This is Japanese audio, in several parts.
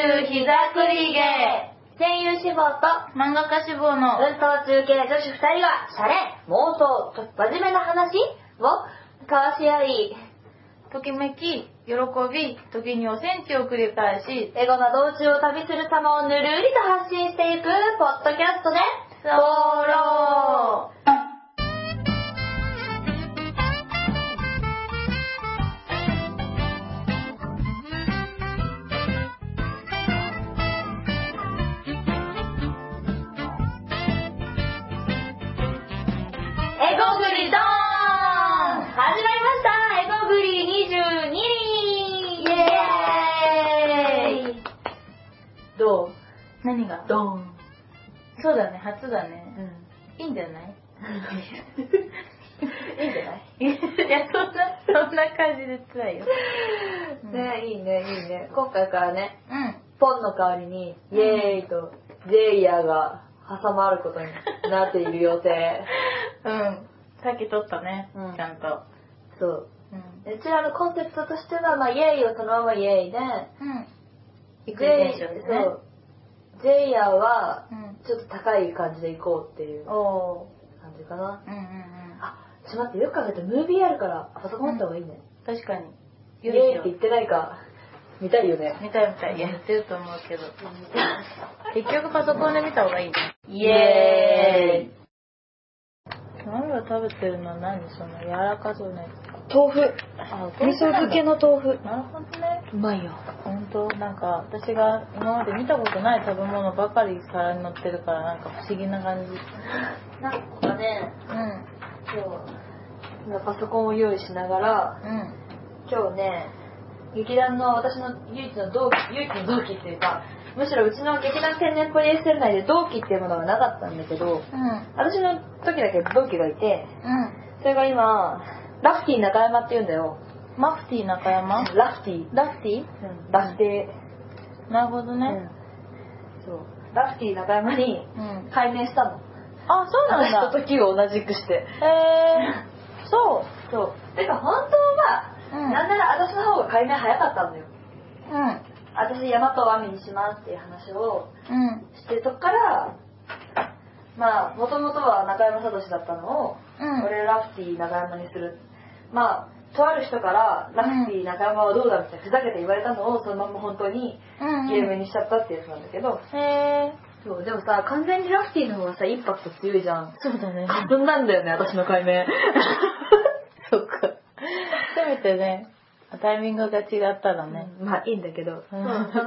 膝くりげ声優志望と漫画家志望の運動中継女子2人がシャレ、妄想と真面目な話を交わし合い、 ときめき、喜び、時におセンチを繰り返し、 エゴな道中を旅する様をぬるりと発信していくポッドキャストでソロエゴグリドーン始まりました。エゴグリ22人イエーイ。どう？ 何がドーン。 そうだね、初だね。 うん。 いいんじゃないいいんじゃない？ いや、そんな感じで辛いよ。 ね、いいね、いいね。今回からね、 うん。 ポンの代わりに、イエーイとジェイヤーが挟まることになっている予定。 うん。さっき撮ったね、 うんちゃんと。 そう。 うん。 うちらのコンセプトとしては、まあ、イエーイをそのままイエーイで、 うん。 ジェイ育児現象ですね。 そう。ジェイヤーは、 うん。 ちょっと高い感じで行こうっていうお感じかな。 ー。うんうんうん。 あ、ちょっと待って、よく考えたらムービーあるからパソコンあった方がいいね。 確かに。 イエーイって言ってないか見たいよね。 見たい見たい。いや、言ってると思うけど。結局パソコンで見た方がいいね。 イエーイ。 マミが食べてるのは何？その柔らかそうなやつ。 豆腐。 あ、 味噌漬けの豆腐。 なるほどね。 うまいよ。 ほんと、なんか私が今まで見たことない食べ物ばかり皿に乗ってるからなんか不思議な感じ。 なんかね、 うん今パソコンを用意しながら、 うん今日ね、劇団の私の唯一の同期っていうか、むしろうちの劇団天然ポリエステル内で同期っていうものがなかったんだけど、私の時だけ同期がいて、それが今、ラフティ中山って言うんだよ。 マフティー中山？ ラフティ。 ラフティー？ ラフテー。 なるほどね。 そう。ラフティ中山に改名したの。 あ、そうなんだ。 私と時を同じくして。 そう。 てか本当は、なんなら私の方が改名早かったんだよ。私、大和亜美にしますっていう話をして、そっから、まあ、もともとは中山聡だったのを、俺ラフティ中山にする。まあ、とある人から、ラフティ中山はどうだみたいなふざけて言われたのを、そのまま本当に芸名にしちゃったってやつなんだけど、そう、でもさ、完全にラフティの方がさ、インパクト強いじゃん。 そうだね。 かすんだんだよね、私の改名。 そっか。せめてね、タイミングが違ったらね。 まあいいんだけど。 実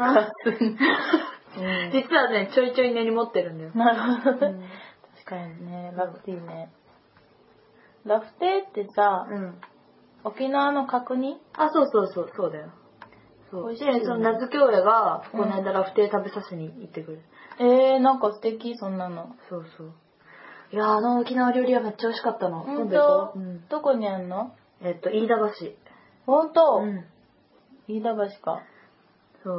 はね、ちょいちょい根に持ってるんだよ。 なるほど。確かにね、ラフティね。ラフテーってさ、沖縄の角煮？ あ、そうだよ。そう。で、その夏京也が、この間ラフテー食べさせに行ってくる。 なんか素敵、そんなの。 そうそう。いや、沖縄料理はめっちゃ美味しかったの。 ほんと？どこにあんの？ 飯田橋。 ほんと？飯田橋か。 そう。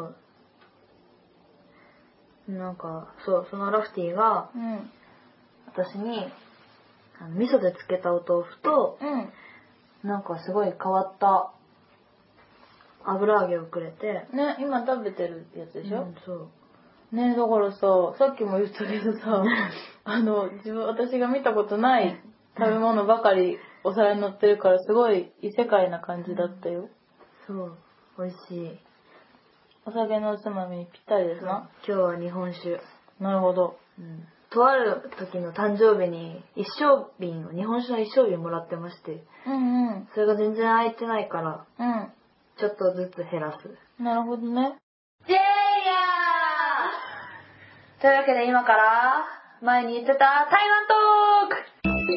なんか、そう、そのラフティが、私に、味噌で漬けたお豆腐と、なんかすごい変わった油揚げをくれて。 ね、今食べてるやつでしょ？ そう。 ね、だからさ、さっきも言ったけどさ、私が見たことない食べ物ばかりお皿に乗ってるからすごい異世界な感じだったよ。 そう、美味しい。 お酒のおつまみにぴったりですな。 今日は日本酒。 なるほど。 とある時の誕生日に日本酒の一升瓶もらってまして、それが全然空いてないから、ちょっとずつ減らす。 なるほどね。 ジェイヤーというわけで今から前に言ってた台湾トーク。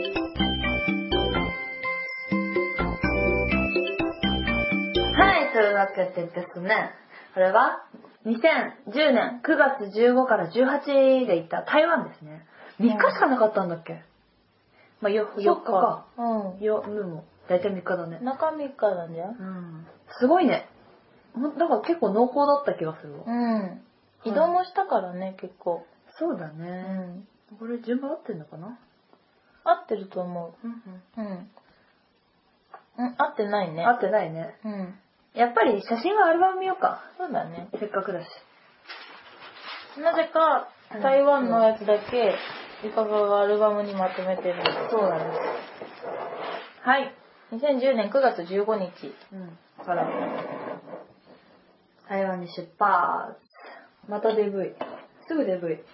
はい、というわけでですね、これは2010年9月15から18で行った台湾ですね。3日しかなかったんだっけ？まあ、4日か。もだいたい3日だね。 中3日なんじゃすごいね。だから結構濃厚だった気がするわ。 移動もしたからね、結構。 そうだね。これ順番合ってんのかな？ 合ってると思う。合ってないね。 合ってないね。やっぱり写真はアルバム見ようか。 そうだね。 せっかくだし。 なぜか台湾のやつだけゆかががアルバムにまとめてるんです。 そうなんです。 はい。2010年9月15日から台湾に出発。またデブイ。すぐデブイ。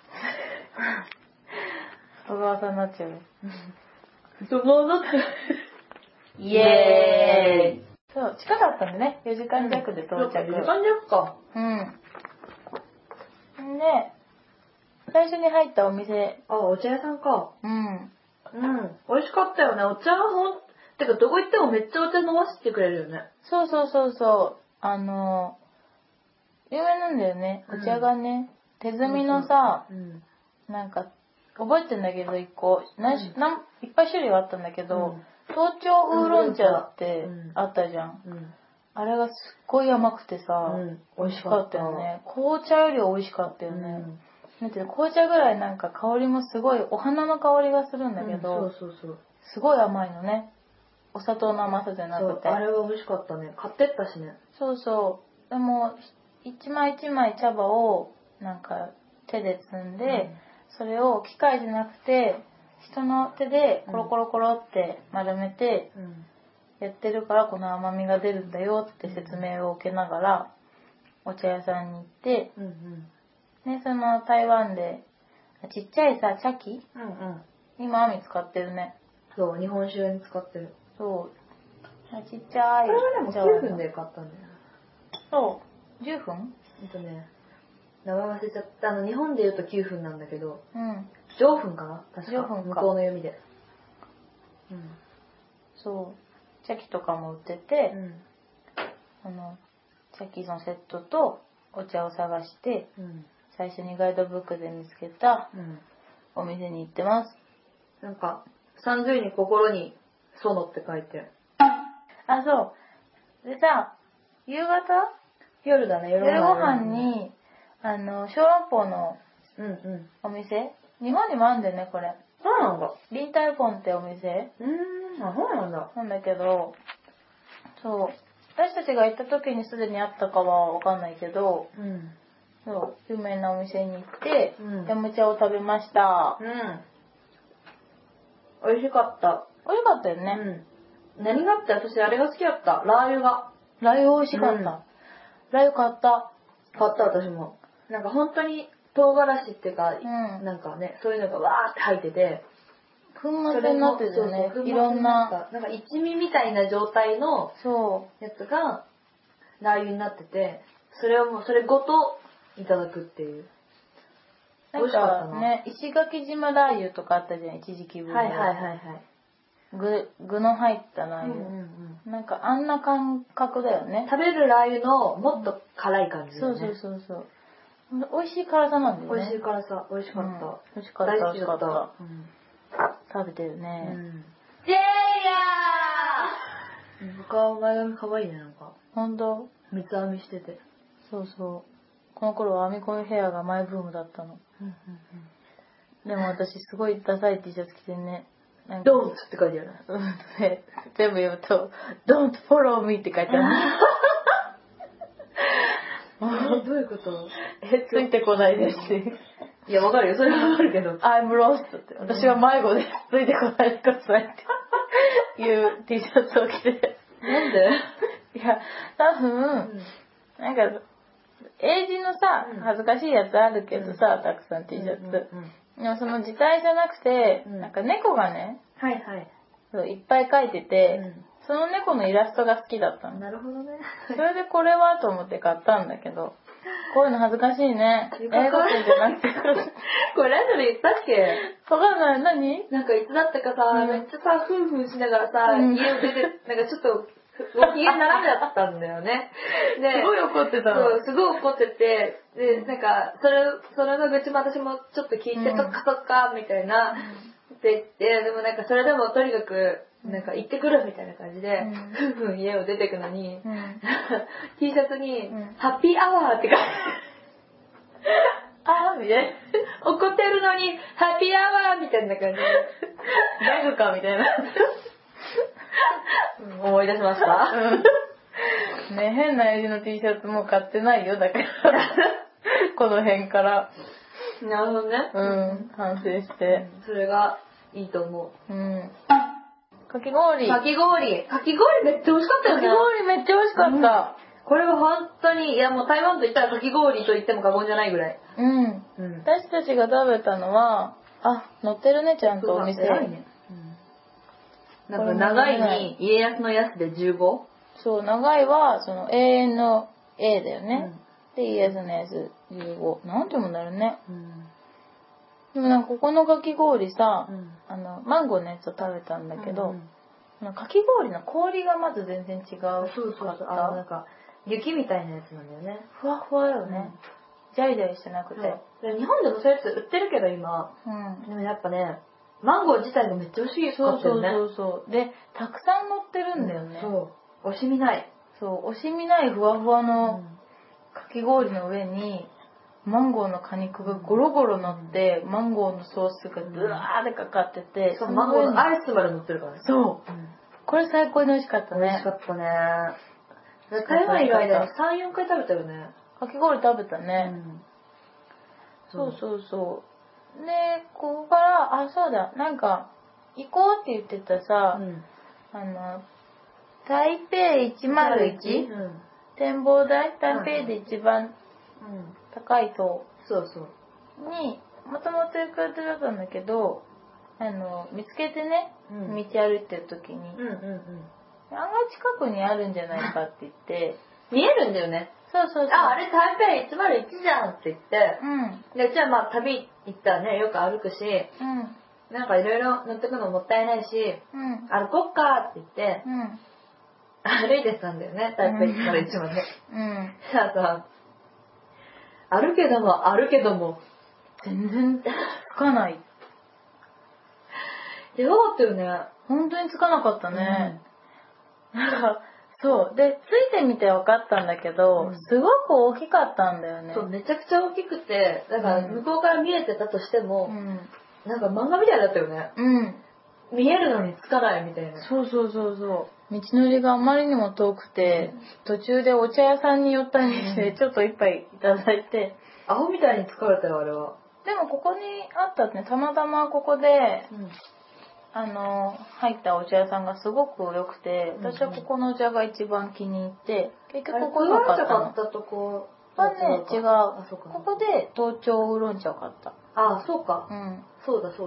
小川さんになっちゃうよ。 どうぞイエーイ。そう、近かったんでね。4時間弱で到着。 4時間弱か。 うん。で、最初に入ったお店。 あ、お茶屋さんか。 うん。 うん。美味しかったよね。お茶はてかどこ行ってもめっちゃお茶飲ませてくれるよね。 そう。有名なんだよね。お茶がね。手摘みのさ、なんか、覚えてんだけど一個、いっぱい種類あったんだけど、東京ウーロン茶ってあったじゃん。あれがすっごい甘くてさ、美味しかったよね。紅茶より美味しかったよね。なんていうの、紅茶ぐらいなんか香りもすごいお花の香りがするんだけど、すごい甘いのね。お砂糖の甘さじゃなくて。 あれは美味しかったね。買ってったしね。 そう。でも、一枚一枚茶葉をなんか手で摘んで、それを機械じゃなくて、人の手でコロコロコロって丸めてやってるからこの甘みが出るんだよって説明を受けながらお茶屋さんに行って、でその台湾でちっちゃいさ茶器、今見使ってるね。 そう、日本酒に使ってる。 そう、ちっちゃい。 これはでも9分で買ったんだよ。 そう、10分？ 名前忘れちゃった。日本で言うと9分なんだけど、 上分かな確か。 向こうの読みで。 そう。茶器とかも売ってて、茶器のセットとお茶を探して、最初にガイドブックで見つけたお店に行ってます。 なんか、30に心に園って書いて。 あ、そう。でさ、夕方？ 夜だね、 夜ご飯に、小籠包のお店、日本にもあるんだよね、これ。 そうなんだ。 リンタイフォンってお店。 あ、そうなんだ。 なんだけど、そう。私たちが行った時にすでにあったかはわかんないけど、そう、有名なお店に行って、ヤムチャを食べました。 美味しかった。 美味しかったよね。 何があって私あれが好きだった。ラー油が。 ラー油美味しかった。ラー油買った。 買った私も。なんか本当に唐辛子っていうか、なんかね、そういうのがわーって入ってて、 粉末になってるよね。いろんな。 なんか一味みたいな状態のやつがラー油になってて、それごといただくっていう。 美味しかったな。ね、石垣島ラー油とかあったじゃん、一時期分。 はい。 具の入ったラー油。なんかあんな感覚だよね。 食べるラー油のもっと辛い感じだよね。 そう。美味しい辛さなんだよね。 美味しい辛さ。美味しかった。 美味しかった。美味しかった。食べてるね。 イエーイ他は前髪かわいいね、なんか。 ほんと？ 三つ編みしてて。 そう。この頃は編み込みヘアがマイブームだったの。でも私すごいダサい T シャツ着てね。 Don't って書いてある。 全部読むと Don't follow me って書いてある。 どういうこと？ ついてこないですって。 いや、わかるよ。それはわかるけど。 I'm lost って。私は迷子です。ついてこないでくださいっていう T シャツを着て。 なんで？ いや、多分、なんか、英字のさ、恥ずかしいやつあるけどさ、たくさん T シャツ。でもその字体じゃなくて、なんか猫がね、いっぱい描いてて、その猫のイラストが好きだったの。 なるほどね。 それでこれはと思って買ったんだけど、こういうの恥ずかしいね。英語圏じゃなくて。 これラジオで言ったっけ？ わかんない。何？ なんかいつだったかさ、めっちゃさ、ふんふんしながらさ、家を出て、なんかちょっと、ご機嫌斜めだったんだよね。 ですごい怒ってたの。 そう、すごい怒ってて、で、なんか、それの愚痴も私もちょっと聞いて、そっか、みたいな、って言って、でもなんかそれでもとにかく、なんか行ってくるみたいな感じで、ふんふん家を出てくのに、T シャツに、ハッピーアワーって書いてあーみたいな。 怒ってるのに、ハッピーアワーみたいな感じで。 ギャグかみたいな。 思い出しました。 ね、変な襟の T シャツも買ってないよ、だから。 この辺から。 なるほどね。 反省して。 それがいいと思う。 かき氷めっちゃ美味しかったよね。 かき氷めっちゃ美味しかった。 これは本当に、いやもう台湾と言ったらかき氷と言っても過言じゃないぐらい。 私たちが食べたのは、乗ってるね、ちゃんとお店。 なんか長いに家康のやつで15。 そう、長いはその永遠の A だよね。で、家康のやつ15。なんてもなるね。でもなんかここのかき氷さ、マンゴーのやつを食べたんだけど、かき氷の氷がまず全然違うかった。 そうなんか雪みたいなやつなんだよね。 ふわふわだよね。ジャリジャリしてなくて。 日本でもそういうやつ売ってるけど今。でもやっぱね、マンゴー自体がめっちゃ美味しかったよね。 そう。で、たくさん乗ってるんだよね。 惜しみない。 そう、惜しみないふわふわのかき氷の上に、マンゴーの果肉がゴロゴロ乗って、マンゴーのソースがブワーってかかってて、 そう、マンゴーのアイスまで乗ってるからね。 そう。これ最高に美味しかったね。 美味しかったね。台湾いる間に3、4回食べたよね。 かき氷食べたね。そう。で、ここから、そうだ、なんか、行こうって言ってたさ、台北101、展望台、台北で一番高い塔に、もともと行く予定だったんだけど、見つけてね、道歩いてる時に、案外近くにあるんじゃないかって言って、 見えるんだよね。そう。あれ台北101じゃんって言って、で、じゃあまあ旅行ったらね、よく歩くし、なんかいろいろ乗ってくのもったいないし、歩こっかって言って、歩いてたんだよね、台北101まで。さ、歩けども、 全然つかない。 やばかったよね。 本当につかなかったね。なんか、そう。で、ついてみて分かったんだけど、すごく大きかったんだよね。 そう、めちゃくちゃ大きくて、だから向こうから見えてたとしても、なんか漫画みたいだったよね。見えるのにつかないみたいな。 そう。道のりがあまりにも遠くて、途中でお茶屋さんに寄ったりして、ちょっと一杯いただいて。 アホみたいに疲れたよ、あれは。 でもここにあったね、たまたまここで、入ったお茶屋さんがすごく良くて、私はここのお茶が一番気に入って、結局ここの買ったの。 買ったとこはね、違う。ここで東京ウーロン茶を買った。 そうか。そうだ。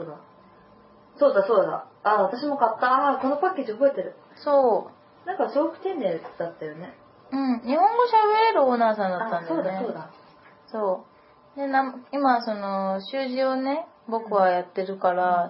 私も買った。このパッケージ覚えてる。 そう。 なんかすごく丁寧だったよね。 日本語喋れるオーナーさんだったんだよね。そう。で、今、習字をね、僕はやってるから、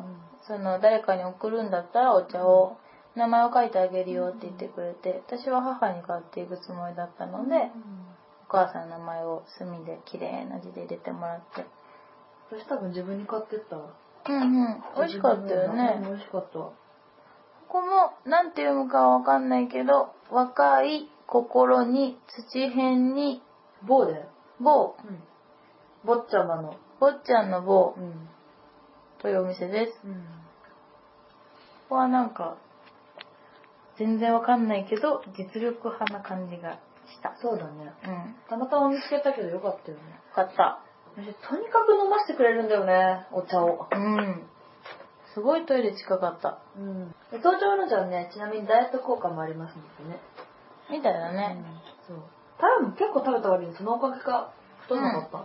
誰かに送るんだったらお茶を、名前を書いてあげるよって言ってくれて、私は母に買っていくつもりだったので、お母さんの名前を墨で綺麗な字で入れてもらって。 私多分自分に買ってったわ。 美味しかったよね。 美味しかった。ここも、なんて読むかはわかんないけど、若い心に土辺に、 棒だよ。 棒。 坊ちゃまの。 坊ちゃんの棒。というお店です。ここはなんか、全然わかんないけど、実力派な感じがした。 そうだね。たまたま見つけたけどよかったよね。 よかった。 とにかく飲ませてくれるんだよね、お茶を。 すごいトイレ近かった。 東京のじゃね、ちなみにダイエット効果もありますのでね。 みたいだね。 そう。多分結構食べた割にそのおかげか太んなかった。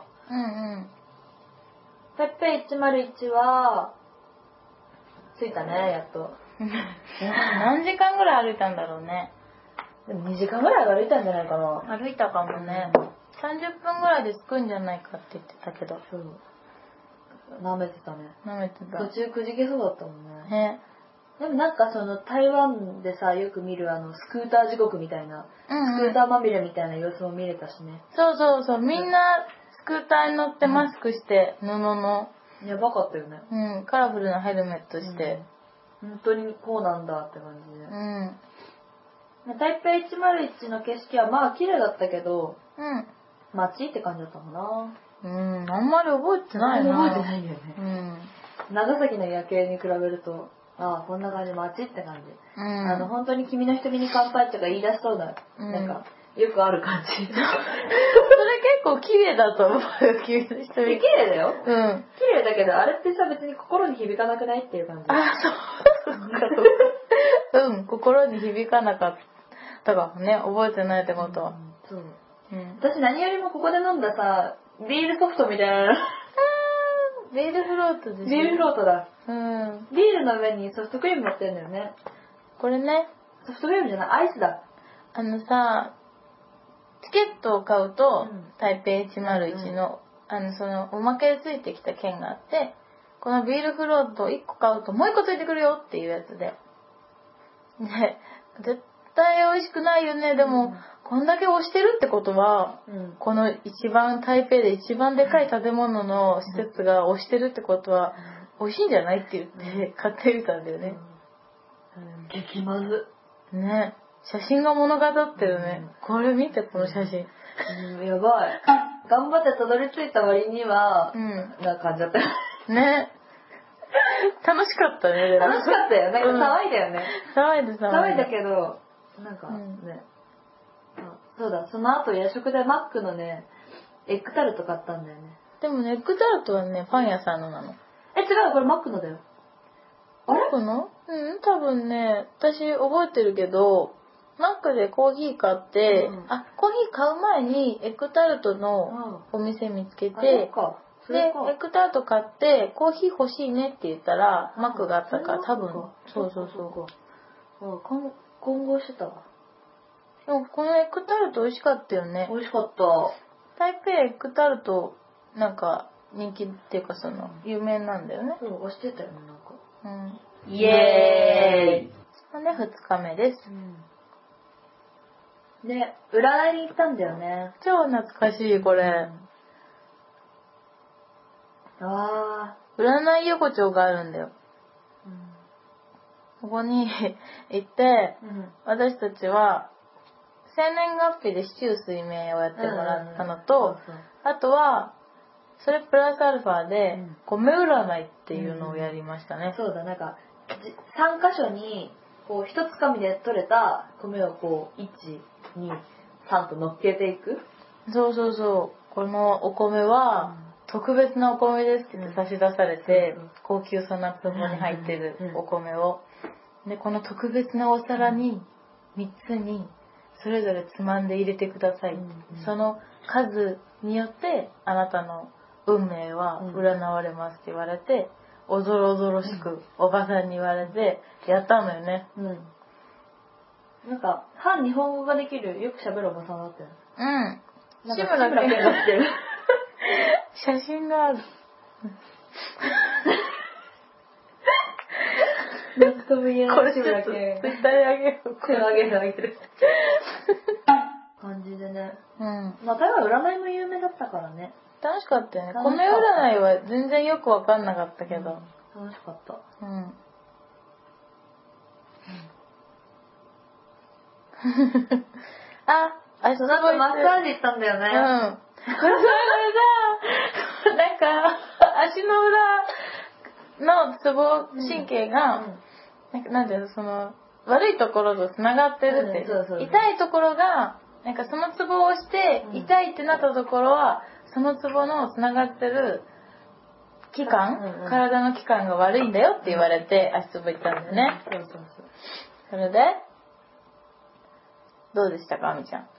台北101は、着いたね、やっと。 何時間ぐらい歩いたんだろうね。 でも2時間ぐらい歩いたんじゃないかな。 歩いたかもね。30分ぐらいで着くんじゃないかって言ってたけど。 そう。舐めてたね。途中くじけそうだったもんね。 でもなんか台湾でさ、よく見るスクーター地獄みたいな、スクーターまみれみたいな様子も見れたしね。 そう。みんなスクーターに乗ってマスクして、布の。 やばかったよね。 カラフルなヘルメットして。 本当にこうなんだって感じで。台北101の景色はまあ綺麗だったけど、街って感じだったもんな。 あんまり覚えてないな。 覚えてないよね。長崎の夜景に比べると、こんな感じ、街って感じ。本当に君の瞳に乾杯とか言い出しそうな、なんか、 よくある感じ。それ結構綺麗だと思うよ、君の人。 綺麗だよ。 うん。 綺麗だけど、あれってさ、別に心に響かなくないっていう感じ。 あ、そう。うん、心に響かなかったかもね、覚えてないってことは。 そう。私何よりもここで飲んださ、ビールソフトみたいな。 ビールフロートでしょ。 ビールフロートだ。 うん。 ビールの上にソフトクリーム乗ってるんだよね。 これね。 ソフトクリームじゃない、アイスだ。 さ、チケットを買うと、台北101の、その、おまけでついてきた券があって、このビールフロート1個買うともう1個ついてくるよっていうやつで。ね、絶対美味しくないよね。でも、こんだけ推してるってことは、この一番台北で一番でかい建物の施設が推してるってことは、美味しいんじゃないって言って買ってみたんだよね。 激まず。 ね。写真が物語ってるね。これ見て、この写真。 やばい。頑張ってたどり着いた割には、な感じだった。 ね。楽しかったね。 楽しかったよ。なんか騒いだよね。 騒いだけど、なんかね。そうだ、その後夜食でマックのね、エッグタルト買ったんだよね。 でもね、エッグタルトはね、パン屋さんのなの。 違う、これマックのだよ。 マックの？多分ね、私覚えてるけど、マックでコーヒー買って、コーヒー買う前にエッグタルトのお店見つけて、で、エッグタルト買って、コーヒー欲しいねって言ったら、マックがあったから多分、そう。 混合してたわ。 でもこのエッグタルト美味しかったよね。 美味しかった。 台北エッグタルト、なんか人気っていうか有名なんだよね。 そう、推してたよね、なんか。 イエーイ。で、2日目です。 で、占いに行ったんだよね。 超懐かしい、これ。占い横丁があるんだよ。ここに行って、私たちは、生年月日で四柱推命をやってもらったのと、あとは、それプラスアルファで、米占いっていうのをやりましたね。 そうだ、なんか、3箇所に、こう、一つかみで取れた米をこう、1、2、3と乗っけていく。 そう。このお米は、特別なお米ですって言って差し出されて、高級そうな壺に入ってるお米を。で、この特別なお皿に、3つに、それぞれつまんで入れてください。その数によって、あなたの運命は占われますって言われて、おぞろおぞろしくおばさんに言われて、やったのよね。 なんか、反日本語ができる、よく喋るおばさんだったよ。 志村けんがしてる。写真がある。 なんとも言えない。 これちょっとツイッターであげよう。 これあげる。感じでね。まあ、台湾占いも有名だったからね。 楽しかったよね。米占いは全然よくわかんなかったけど。 楽しかった。その後マッサージ行ったんだよね。 これさ、なんか、足の裏のツボ神経が、なんていうの、悪いところと繋がってるって。痛いところが、なんかそのツボを押して、痛いってなったところは、そのツボの繋がってる器官、体の器官が悪いんだよって言われて、足ツボ行ったんだよね。それで、どうでしたか、あみちゃん。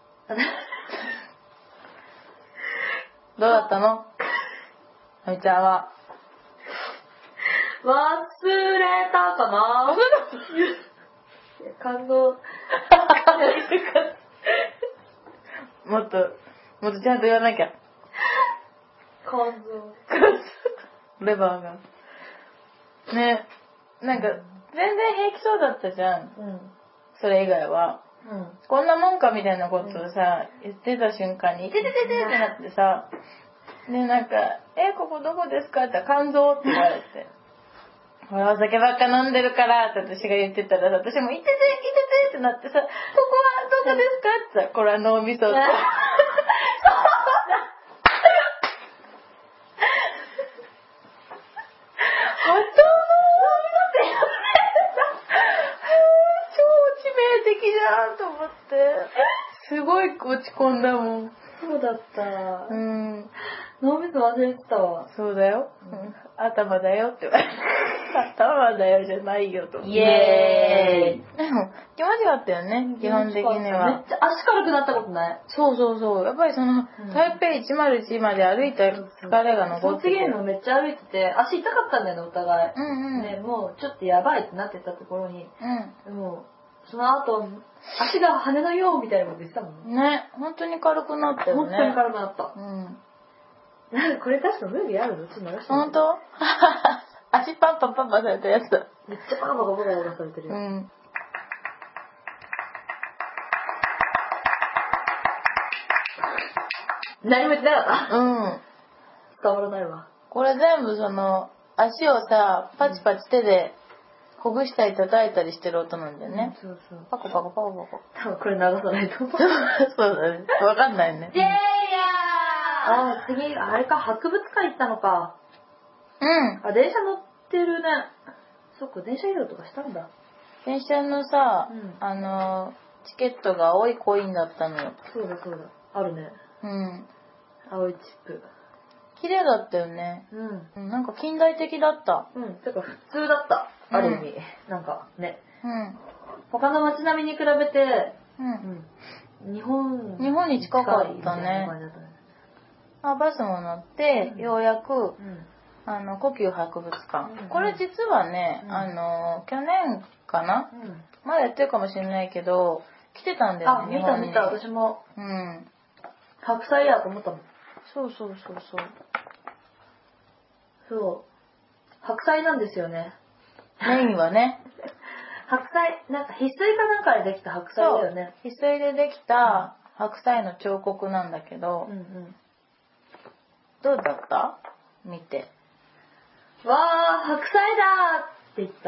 どうだったの？あみちゃんは。 忘れたかな感動。 もっとちゃんと言わなきゃ。 感動。 レバーが。ね、なんか、全然平気そうだったじゃん。それ以外は。こんなもんかみたいなことをさ、言ってた瞬間に、いててててってなってさ、で、なんか、ここどこですかって言ったら、肝臓って言われて。ほら、お酒ばっか飲んでるからって私が言ってたら、私もいててってなってさ、ここはどこですかってさ、これは脳みそって。超致命的じゃんと思って、 すごい落ち込んだもん。 そうだった。 うん。 脳みそ忘れてたわ。 そうだよ。頭だよって言われて。頭だよじゃないよと。 イエーイ。 でも、気持ちよかったよね、基本的には。 めっちゃ足軽くなったことない？ そう。やっぱり台北101まで歩いた疲れが残ってて。 そっちのめっちゃ歩いてて、足痛かったんだよね、お互い。 ね、 もうちょっとやばいってなってたところに、もう、その後、足が羽のようみたいなこと言ってたもんね。 ね、本当に軽くなったよね。 本当に軽くなった。なんかこれ確かムービーあるの？ちょっと流して。 本当？足パンパされたやつだ。 めっちゃパンパされてるよ。何も言ってなかった？伝わらないわ。 これ全部足をさ、パチパチ手でほぐしたり叩いたりしてる音なんだよね。 そう。 パコ。多分これ流さないと思う。 そうだね。わかんないね。 次、あれか、博物館行ったのか。電車乗ってるね。そっか、電車移動とかしたんだ。 電車のさ、チケットが青いコインだったのよ。 そうだ。あるね。青いチップ。 綺麗だったよね。なんか近代的だった。 てか普通だった。ある意味。なんかね。他の街並みに比べて、日本に近かったね。バスも乗って、ようやく、故宮博物館。これ実はね、去年かな、まだやってるかもしれないけど、来てたんだよね。 見た、私も。白菜やと思ったもん。そう。白菜なんですよね。 メインはね。 白菜、なんか翡翠かなんかでできた白菜だよね。 翡翠でできた白菜の彫刻なんだけど、どうだった？見て。 わー、白菜だーって言った。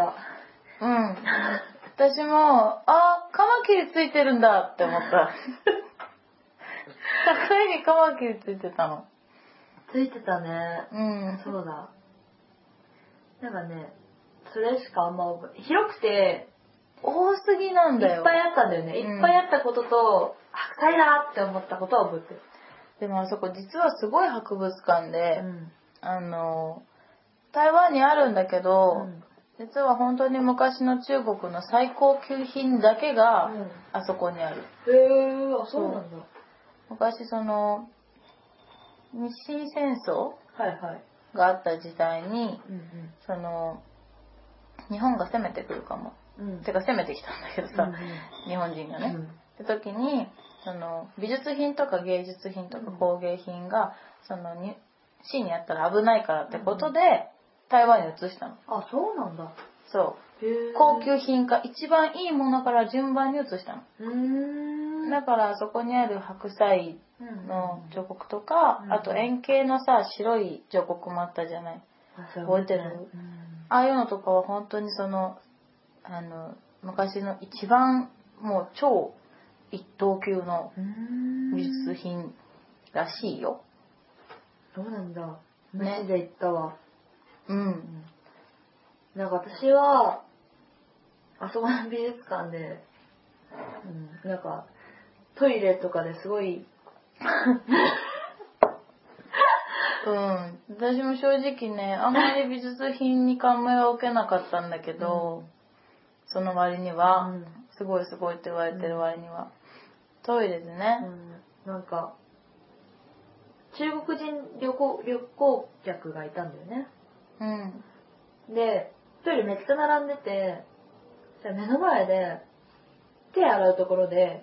私も、カマキリついてるんだって思った。白菜にカマキリついてたの。 ついてたね。そうだ。なんかね、それしかあんま広くて、 多すぎなんだよ。 いっぱいあったんだよね。いっぱいあったことと、白菜だって思ったことは覚えてる。 でもあそこ実はすごい博物館で、台湾にあるんだけど、実は本当に昔の中国の最高級品だけがあそこにある。 そうなんだ。 昔日清戦争があった時代に、日本が攻めてくるかも。てか攻めてきたんだけどさ、日本人がね。って時に、美術品とか芸術品とか工芸品が、市にあったら危ないからってことで、台湾に移したの。 そうなんだ。 そう。高級品か一番いいものから順番に移したの。だからそこにある白菜の彫刻とか、あと円形のさ、白い彫刻もあったじゃない。覚えてる？ああいうのとかは本当に昔の一番もう超一等級の美術品らしいよ。 そうなんだ。マジで行ったわ。なんか私は、あそこの美術館で、なんか、トイレとかですごい、私も正直ね、あんまり美術品に感銘は受けなかったんだけど、その割には、すごいって言われてる割には、トイレでね、なんか、中国人旅行客がいたんだよね。で、トイレめっちゃ並んでて、目の前で手洗うところで、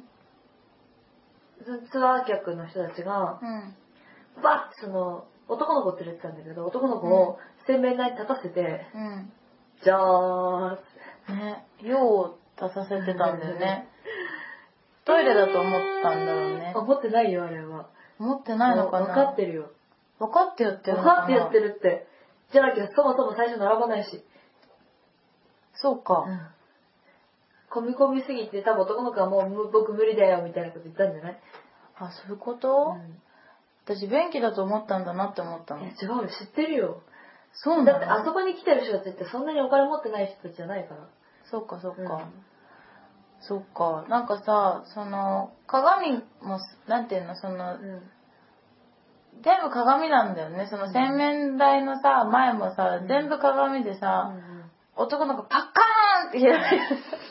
ツアー客の人たちが、バッと男の子連れてたんだけど、男の子を洗面台に立たせて、じゃーってね、用を足させてたんだよね。トイレだと思ったんだろうね。思ってないよ、あれは。思ってないのかな。分かってるよ。分かってやってるのかな。分かってやってるって。じゃなきゃそもそも最初並ばないし。そうか。込み込みすぎて多分男の子はもう僕無理だよみたいなこと言ったんじゃない？そういうこと？私便器だと思ったんだなって思ったの。違うよ、知ってるよ。そうなんだ。だってあそこに来てる人たちってそんなにお金持ってない人たちじゃないから。そうか。 そっか。なんかさ、その鏡もなんていうの、その、全部鏡なんだよね。その洗面台のさ、前もさ、全部鏡でさ、男の子パッカーンって開いて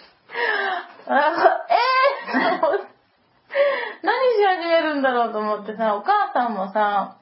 何し始めるんだろうと思ってさ、お母さんもさ、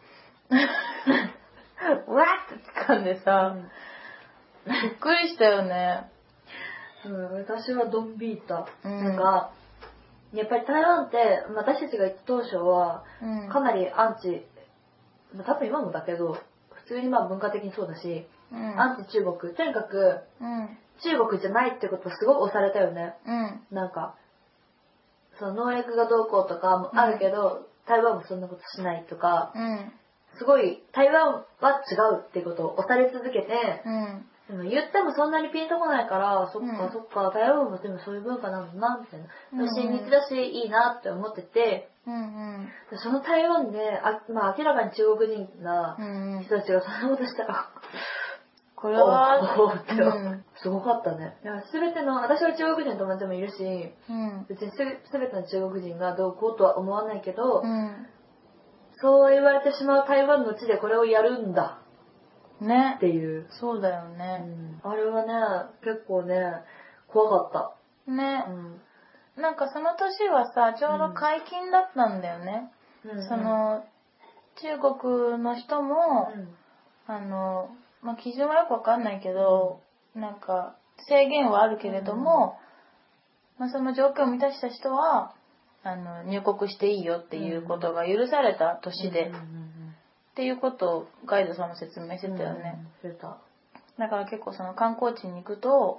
うわって掴んでさ、びっくりしたよね。 私はドン引いた。なんか、やっぱり台湾って私たちが行った当初はかなりアンチ、多分今もだけど普通にまあ文化的にそうだし、アンチ中国、とにかく、中国じゃないってことをすごい押されたよね。なんかその農薬がどうこうとかもあるけど、台湾もそんなことしないとか、すごい台湾は違うっていうことを押され続けて、でも言ってもそんなにピンとこないから、そっかそっか、台湾もでもそういう文化なんだなみたいな、私日だしいいなって思ってて、その台湾でまあ明らかに中国人な人たちがそんなことしたら、これはすごかったね。全ての私は中国人の友達もいるし、別に全ての中国人がどうこうとは思わないけど、そう言われてしまう台湾の地でこれをやるんだねっていう。 そうだよね。 あれはね、結構ね、怖かった。 ね。なんかその年はさ、ちょうど解禁だったんだよね。その、中国の人も、まあ、基準はよくわかんないけど、なんか制限はあるけれども、まあ、その条件を満たした人は、入国していいよっていうことが許された年で、っていうことをガイドさんも説明してたよね。だから結構その観光地に行くと、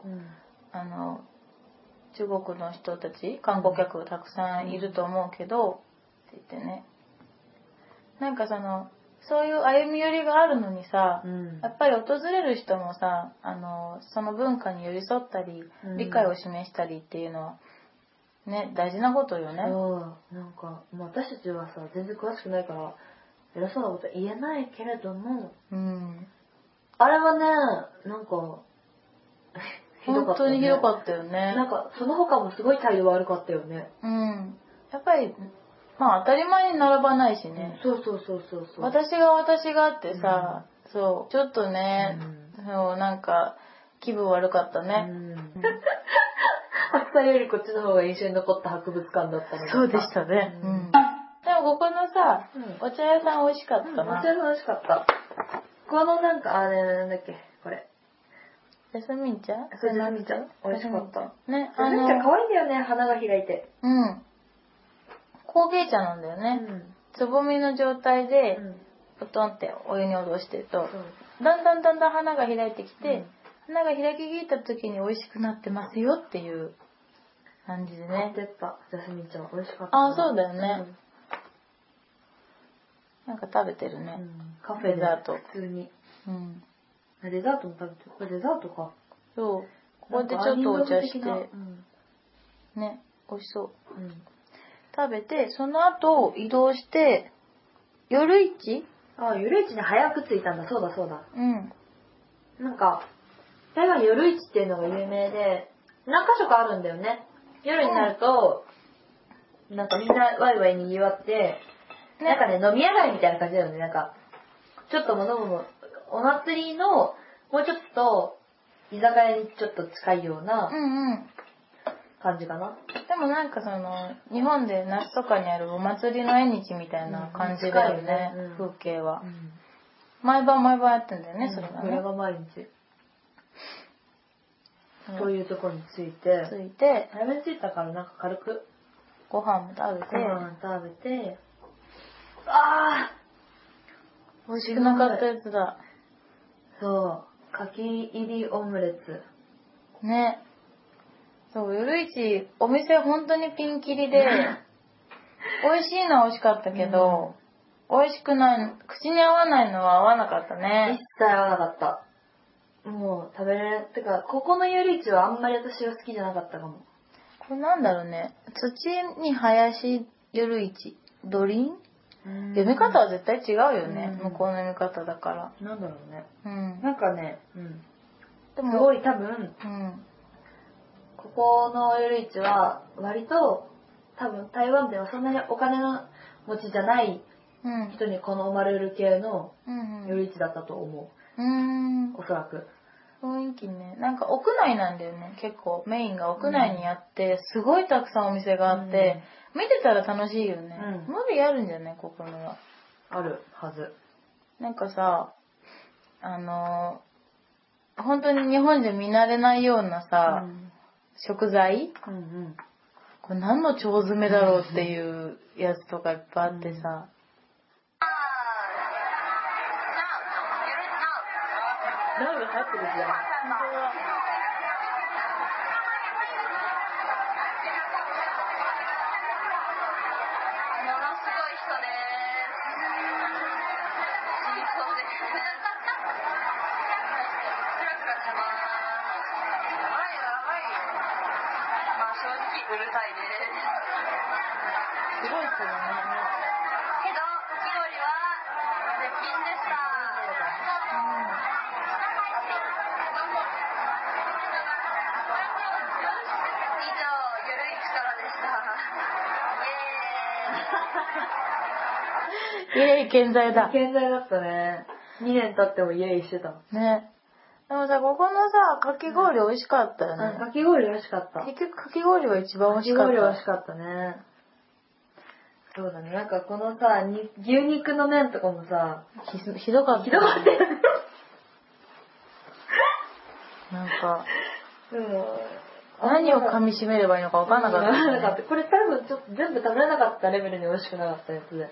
中国の人たち、観光客がたくさんいると思うけど、って言ってね。なんかそういう歩み寄りがあるのにさ、やっぱり訪れる人もさ、その文化に寄り添ったり、理解を示したりっていうのは、ね、大事なことよね。 なんか、私たちはさ、全然詳しくないから、偉そうなこと言えないけれども、あれはね、なんか、 ひどかったよね。本当にひどかったよね。 なんか、その他もすごい態度悪かったよね。 やっぱり、まあ当たり前に並ばないしね。 そう。 私がってさ、そう、ちょっとね、そう、なんか、気分悪かったね。 白菜よりこっちの方が印象に残った博物館だったので。 そうでしたね。でもここのさ、お茶屋さん美味しかったな。 お茶屋さん美味しかった。このなんか、なんだっけ、これ。 ジャスミン茶？ そう、ジャスミン茶。美味しかった。 ね、 ジャスミン茶可愛いんだよね、花が開いて。 工芸茶なんだよね。つぼみの状態で、ポトンってお湯に戻してると、だんだん花が開いてきて、花が開ききった時に美味しくなってますよっていう感じでね。 買ってった、ジャスミン茶。美味しかった。 そうだよね。なんか食べてるね。 カフェで。 デザート。 普通に。デザートも食べてる。これデザートか。 そう。ここでちょっとお茶して、ね、美味しそう。食べて、その後移動して、夜市？ 夜市に早く着いたんだ。そうだ。なんか、台湾夜市っていうのが有名で、何か所かあるんだよね。夜になると、なんかみんなワイワイにぎわって、なんかね、飲み屋街みたいな感じだよね。なんか、ちょっとお祭りの、もうちょっと、居酒屋にちょっと近いような感じかな。 でもなんか日本で夏とかにあるお祭りの縁日みたいな感じだよね、風景は。毎晩やってんだよね、それがね。 これが毎日。そういうところに着いて、早めに着いたからなんか軽く、 ご飯も食べて、 美味しくなかったやつだ。 そう、かき入りオムレツ。 ね。そう、夜市、お店本当にピンキリで、美味しいのは美味しかったけど、美味しくない、口に合わないのは合わなかったね。 一切合わなかった。もう食べれない。てか、ここの夜市はあんまり私は好きじゃなかったかも。 これなんだろうね。土に林夜市。ドリン？読み方は絶対違うよね。向こうの読み方だから。 なんだろうね。なんかね、 でもすごい多分、 ここの夜市は割と多分台湾ではそんなにお金の持ちじゃない人に好まれる系の夜市だったと思う。おそらく。 雰囲気ね。なんか屋内なんだよね。結構メインが屋内にあって、すごいたくさんお店があって、見てたら楽しいよね。ムービーあるんじゃないここには。 あるはず。 なんかさ、本当に日本じゃ見慣れないようなさ、食材、これ何の腸詰めだろうっていうやつとかいっぱいあってさ。 ナウが入ってるじゃん。うるさいです。 すごい人だね。 けど、かき氷は絶品でした。以上、夜市からでした。 イエーイ健在だ。 健在だったね。2年経ってもイエーイしてたね。でもさ、ここのさ、かき氷美味しかったよね。 かき氷美味しかった。 結局かき氷は一番美味しかった。 かき氷美味しかったね。そうだね。なんかこのさ、牛肉の麺とかもさ、 ひどかった。 ひどかった。 なんか、何を噛み締めればいいのか分かんなかった、 これ多分ちょっと全部食べれなかったレベルに美味しくなかったやつで。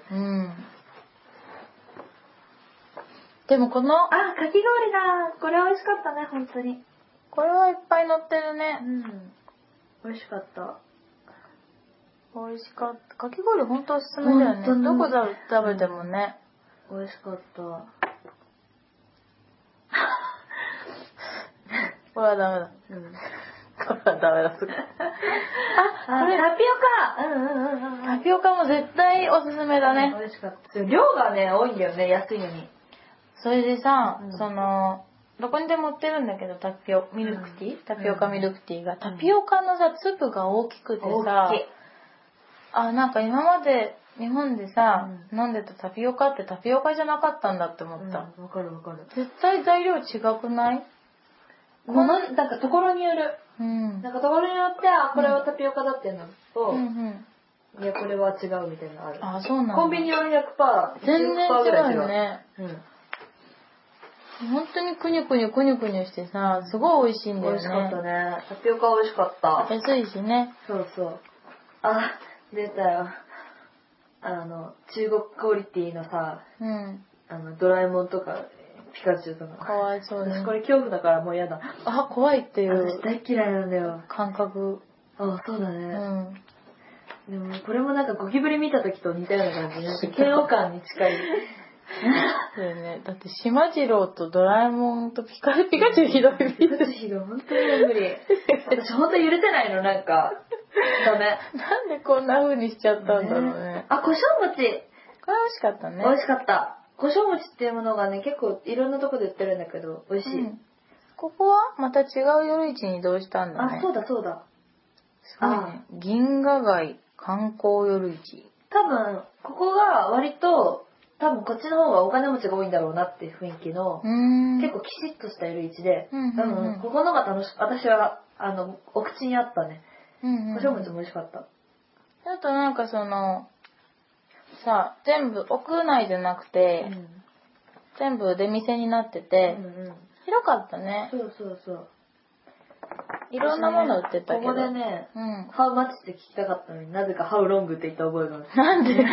でもこの、 かき氷だ。これ美味しかったね、本当に。 これはいっぱい乗ってるね。 美味しかった。 美味しかった。かき氷本当おすすめだよね。どこで食べてもね。 美味しかった。 これはダメだ。これはダメだ。これタピオカ。 タピオカも絶対おすすめだね。 美味しかった。量がね、多いんだよね、安いのに。 それでさ、どこにでも売ってるんだけど、タピオカミルクティーが、タピオカのさ、粒が大きくてさ、なんか今まで日本でさ、飲んでたタピオカってタピオカじゃなかったんだって思った。 わかる。 絶対材料違くない？ なんかところによる。なんかところによって、これはタピオカだっていうのと、いや、これは違うみたいなのある。 そうなんだ。 コンビニは100%、 全然違うよね。本当にくにゅくにゅしてさ、すごい美味しいんだよね。 美味しかったね。タピオカ美味しかった。 安いしね。 そう。出たよ。中国クオリティのさ、ドラえもんとか、ピカチュウとか。 かわいそうね。 私これ恐怖だからもう嫌だ。 怖いっていう。 私大嫌いなんだよ。 感覚。 そうだね。でもこれもなんかゴキブリ見た時と似たような感じで、嫌悪感に近い。 そうよね。だって島次郎とドラえもんとピカチュウひどい。 ピカチュウひどい。本当に無理。私本当に許せないの、なんか。ダメ。 なんでこんな風にしちゃったんだろうね。 胡椒餅。これ美味しかったね。 美味しかった。胡椒餅っていうものがね、結構いろんなとこで売ってるんだけど、美味しい。 ここはまた違う夜市に移動したんだね。 そうだ。 すごいね。銀河街観光夜市。 多分、ここが割と、多分こっちの方がお金持ちが多いんだろうなっていう雰囲気の、結構キシッとした夜市で、多分ここのが楽しく、私は、お口にあったね。胡椒餅も美味しかった。 あとなんか全部屋内じゃなくて、全部出店になってて、広かったね。 そう。 いろんなもの売ってたけど。 ここでね、ハウマッチって聞きたかったのになぜかハウロングって言った覚えがある。 なんで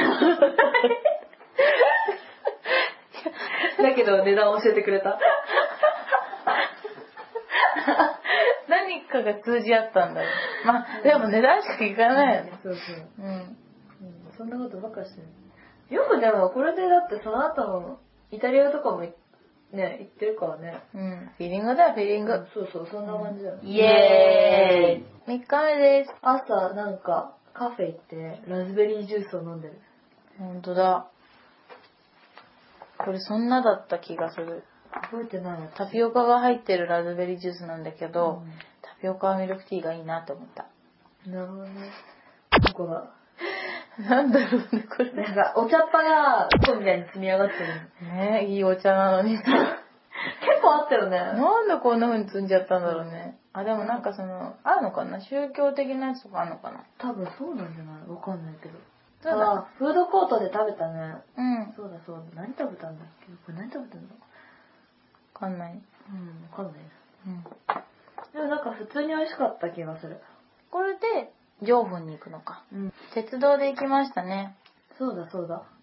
だけど値段教えてくれた。 何かが通じ合ったんだよ。でも値段しか聞かないよね。 そう。そんなことばっかしてる。よくでもこれでだってその後のイタリアとかもね、行ってるからね。 フィーリングだ、フィーリング。 そう、そんな感じだよ。 イエーイ !3 日目です。 朝なんかカフェ行ってラズベリージュースを飲んでる。 ほんとだ。これそんなだった気がする。 覚えてない。 タピオカが入ってるラズベリージュースなんだけど、タピオカーミルクティーがいいなと思った。 なるほどね。ここが。 なんだろうね、これ。 なんか、お茶っ葉が、こうみたいに積み上がってる。 ねいいお茶なのに。 結構あったよね。 なんでこんな風に積んじゃったんだろうね。あ、でもなんかあるのかな、宗教的なやつとかあるのかな。 多分そうなんじゃない？わかんないけど。 そうだ。 フードコートで食べたね。 うん。 そうだ。何食べたんだっけ？これ何食べたんだろう？ わかんない。 わかんない。 うん。 でもなんか普通に美味しかった気がする。 これで、上分に行くのか。うん。鉄道で行きましたね。 そうだ。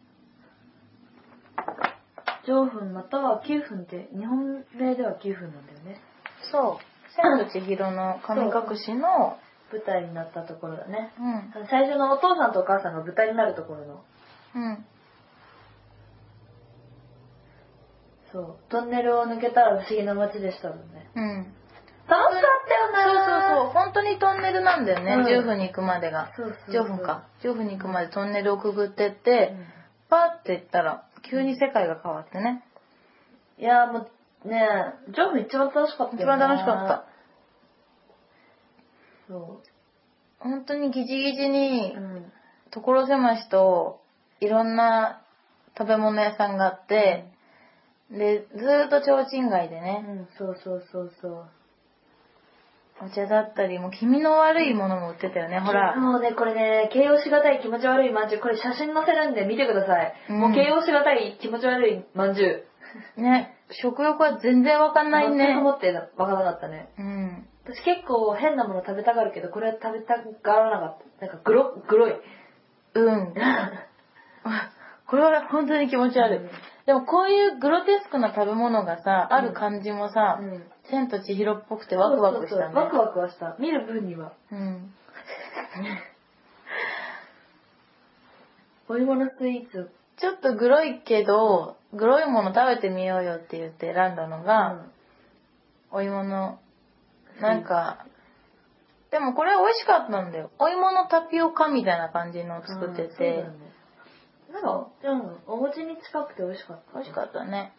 上分または9分って、日本例では9分なんだよね。 そう。千と千尋の神隠しの舞台になったところだね。 うん。 最初のお父さんとお母さんが舞台になるところの。 うん。 そう。トンネルを抜けたら不思議な街でしたもんね。 うん。 楽しかったよな。 そう。本当にトンネルなんだよね。10分に行くまでが。 そう 10分か。10分に行くまでトンネルをくぐってって、パッて行ったら、急に世界が変わってね。 いやもう、ねえ、10分一番楽しかったよね。 一番楽しかった。 そう。 本当にギジギジに、所狭しと、いろんな食べ物屋さんがあって、で、ずーっと提灯街でね。 そう。 お茶だったり、もう気味の悪いものも売ってたよね、ほら。 もうね、これね、形容しがたい気持ち悪いまんじゅう。これ写真載せるんで見てください。もう形容しがたい気持ち悪いまんじゅう。ね、食欲は全然わかんないね。 全く思ってわからなかったね。私結構変なもの食べたがるけど、これは食べたがらなかった。なんかグロい。 これは本当に気持ち悪い。でもこういうグロテスクな食べ物がさ、ある感じもさ、千と千尋っぽくてワクワクしたね。 ワクワクはした。見る分には。お芋のスイーツ。 ちょっとグロいけど、グロいもの食べてみようよって言って選んだのが、お芋の、なんか、でもこれ美味しかったんだよ。お芋のタピオカみたいな感じのを作ってて。 なんか、お餅に近くて美味しかった。 美味しかったね。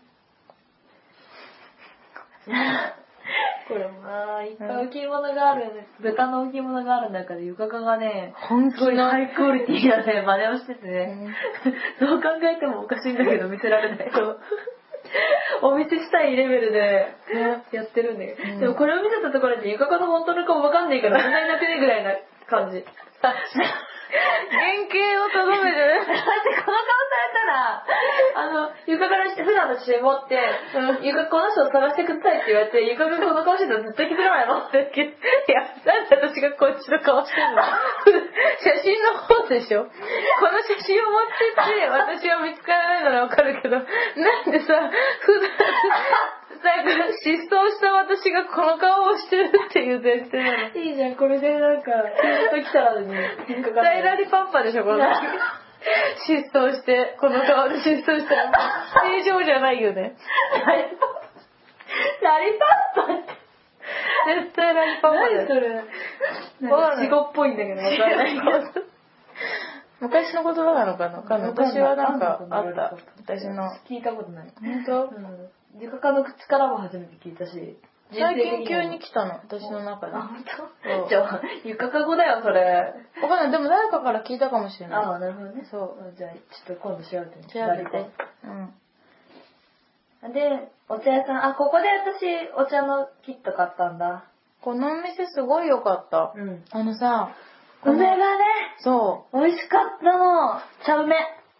これもいっぱい置物がある、豚の置物がある中で、ゆかかがね、 すごいハイクオリティなね、真似をしててね、どう考えてもおかしいんだけど見せられないと。お見せしたいレベルでやってるんだけど、でもこれを見せたところでゆかかの本当の顔わかんないから問題なくねぐらいな感じ。 原型をとどめる。 だってこの顔されたら、ゆかから普段の写真持って、ゆかこの人を探してくださいって言われて、ゆかがこの顔してたらずっと気づかないのって。いや、なんで私がこっちの顔してんの？写真の方でしょ？この写真を持ってって私は見つからないならわかるけど、なんでさ、普段、なんか失踪した私がこの顔をしてるっていう前提なの。いいじゃん、これでなんか、ピンときたらに引っかかる。ラリパッパでしょ、この失踪して、この顔で失踪したら、正常じゃないよね。 ラリパッパって。 絶対ラリパッパだよ。 何それ。なんか死後っぽいんだけど、わかんないけど。 昔の言葉なのかな。私はなんかあった。私の。 聞いたことない。 本当？ ゆかかの口からも初めて聞いたし。 最近急に来たの、私の中で。 本当？じゃあ、ゆかか語だよ、それ。 わかんない。でも誰かから聞いたかもしれない。 ああ、なるほどね。 そう。 じゃあ、ちょっと今度調べてみて。 調べて。 で、お茶屋さん、ここで私、お茶のキット買ったんだ。 このお店すごい良かった。さ、 梅がね、 そう。 美味しかったの。茶梅。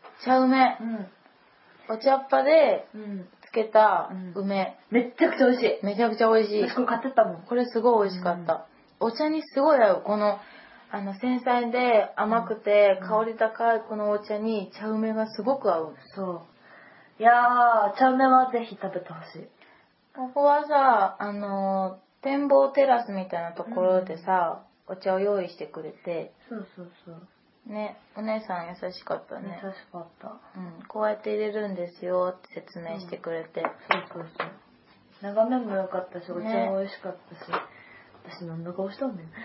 お茶っ葉で、つけた梅。 めっちゃくちゃ美味しい。 めちゃくちゃ美味しい。 私これ買ってったもん。 これすごい美味しかった。お茶にすごい合う。この、繊細で甘くて香り高いこのお茶に茶梅がすごく合う。 そう。いやー、茶梅はぜひ食べてほしい。 ここはさ、展望テラスみたいなところでさ、お茶を用意してくれて。 そう。 ね、お姉さん優しかったね。 優しかった。 こうやって入れるんですよって説明してくれて。 そう。眺めも良かったし、お茶も美味しかったし、私何の顔したんだよ。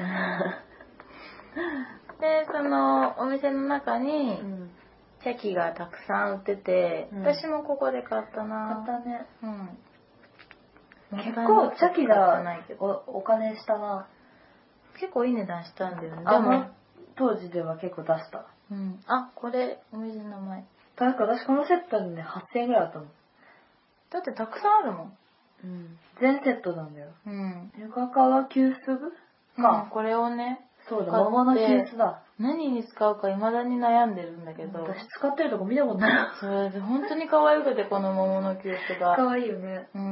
で、そのお店の中に、茶器がたくさん売ってて、私もここで買ったな。 買ったね。 結構チャキだお金したな。 結構いい値段したんだよね。 でも当時では結構出した。 うん。あ、これお店の名前。 確か私このセットにね8000円ぐらいあったの。 だってたくさんあるもん。 うん。全セットなんだよ。 うん。 ゆかかわ急須か、 これをね。 そうだ、桃の急須だ。 何に使うか未だに悩んでるんだけど。 私使ってるとこ見たことない。 それで本当に可愛くて、この桃の急須が。 可愛いよね。うん。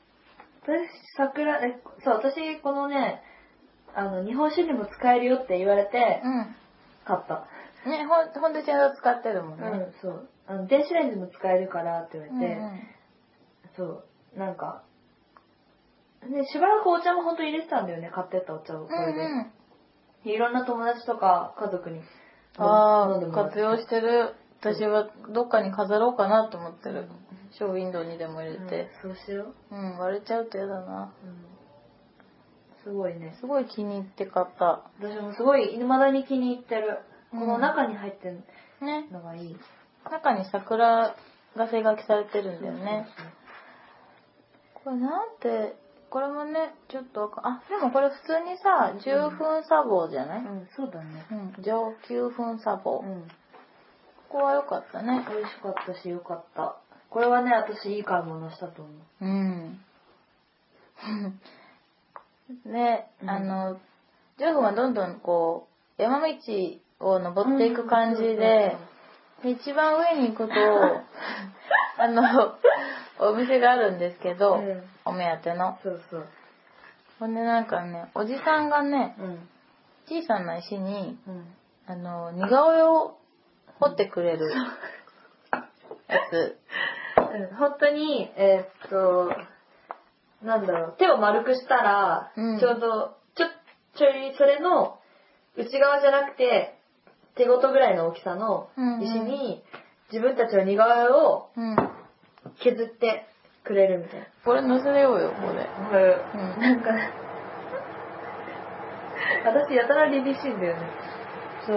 私このね、日本酒にも使えるよって言われて、買った。 ね、ほんとちゃんと使ってるもんね。 うん、そう。電子レンジも使えるからって言われて、そう、なんか、ね、しばらくお茶もほんと入れてたんだよね、買ってったお茶を、これで。いろんな友達とか家族に飲んでもらって。活用してる。私はどっかに飾ろうかなと思ってる。ショーウィンドウにでも入れて。 そうしよう。割れちゃうと嫌だな。 すごいね。 すごい気に入って買った。 私もすごい、未だに気に入ってる。この中に入ってるのがいい。 中に桜が生書きされてるんだよね。これなんて、これもね、ちょっとでもこれ普通にさ、10分茶房じゃない？ そうだね。 上級粉茶房。ここは良かったね。 美味しかったし良かった。これはね、私いい買い物したと思う。 ね、ジョーフはどんどんこう、山道を登っていく感じで、一番上に行くと、お店があるんですけど、お目当ての。ほんでなんかね、おじさんがね、小さな石に、似顔絵を彫ってくれるやつ。 本当に、なんだろう、手を丸くしたら、ちょうど、ちょい、それの内側じゃなくて、手ごとぐらいの大きさの石に、自分たちの似顔絵を削ってくれるみたいな。 これ載せようよ、これ。 なんか、私やたら凛々しいんだよね。 そう。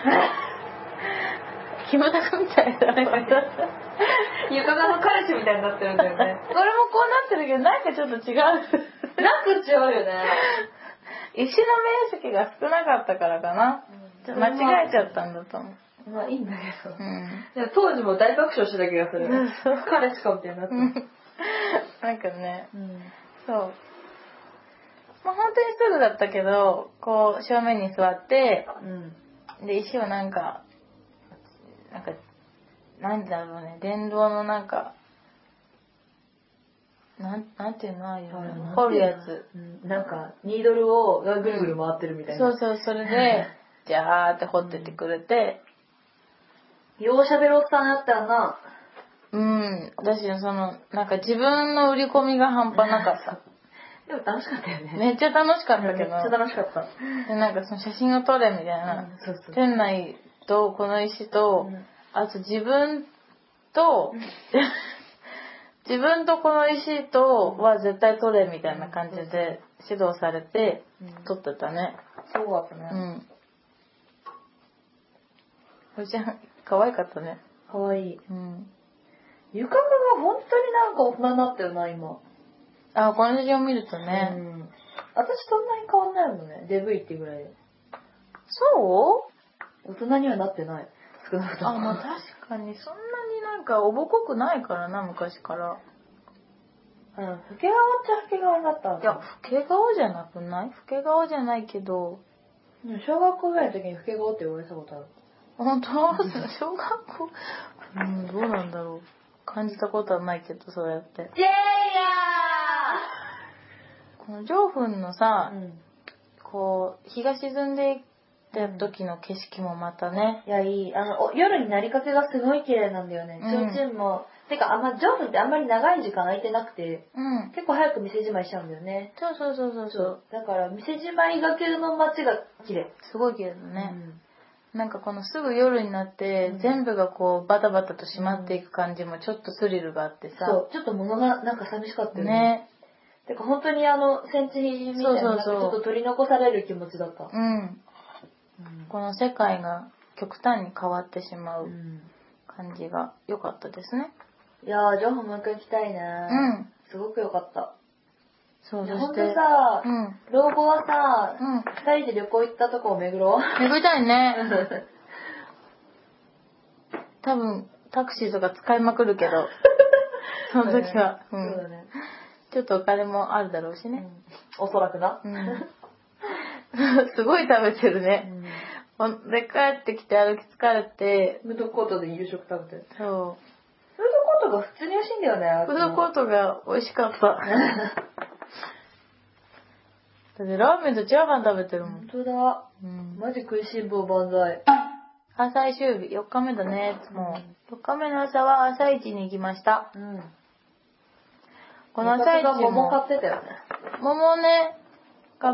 キムタクみたいだね。 ゆかがの彼氏みたいになってるんだよね。 これもこうなってるけど、なんかちょっと違う。なんか違うよね。 石の面積が少なかったからかな。ちょっと間違えちゃったんだと思う。 まあいいんだけど。でも当時も大爆笑してた気がする。彼氏かみたいになった。 なんかね、そう。まあ本当にすぐだったけど、こう正面に座って、で石をなんかなんだろうね、電動のなんていうの、ああいうの掘るやつ、 なんかニードルをぐるぐる回ってるみたいな。 そう、それでジャーって掘っててくれて、 ようしゃべろうさんやったらな。 私なんか自分の売り込みが半端なかった。 でも楽しかったよね。 めっちゃ楽しかったけど。 めっちゃ楽しかった。 でなんかその写真を撮れみたいな。店内とこの石と、あと自分とこの石とは絶対撮れみたいな感じで指導されて撮ってたね。 そうだったね。 これじゃん、可愛かったね。 可愛い。ゆかが本当になんか大人になったよな、今。 あ、この写真を見るとね。 私そんなに変わんないもんね。デブイってぐらいで。 そう？ 大人にはなってない。少なくとも。 まあ確かにそんなになんかおぼこくないからな、昔から。 老け顔っちゃ老け顔だったんだ。 いや、老け顔じゃなくない？老け顔じゃないけど。 小学校ぐらいの時に老け顔って言われたことある。 本当？小学校どうなんだろう。感じたことはないけど、そうやって。この上分のさ、こう日が沈んでいった時の景色もまたね。 いや、いい。夜になりかけがすごい綺麗なんだよね。提灯も。てか、上分ってあんまり長い時間空いてなくて、結構早く店じまいしちゃうんだよね。 そう。 だから、店じまいがけの街が綺麗。 すごい綺麗だね。なんかこのすぐ夜になって、全部がこうバタバタと閉まっていく感じもちょっとスリルがあってさ。 そう、ちょっと物がなんか寂しかったよね。てか本当に戦地みたいなちょっと取り残される気持ちだった。この世界が極端に変わってしまう感じが良かったですね。 いやー、情報もう一回行きたいね。すごく良かった。 そう、そほんとして。 さ、 うん。 老後はさ、 うん。 二人で旅行行ったとこを巡ろう。 巡りたいね。多分、タクシーとか使いまくるけど、その時は。 そうだね。 ちょっとお金もあるだろうしね。 おそらくな。 すごい食べてるね。で、帰ってきて歩き疲れて。 フードコートで夕食食べて。 そう。 フードコートが普通に美味しいんだよね。 フードコートが美味しかった。だってラーメンとチャーハン食べてるもん。 ほんとだ。マジ食いしん坊万歳。 最終日、4日目だね。もう4日目の朝は朝市に行きました。この朝市も桃買ってたよね。 桃ね、買った。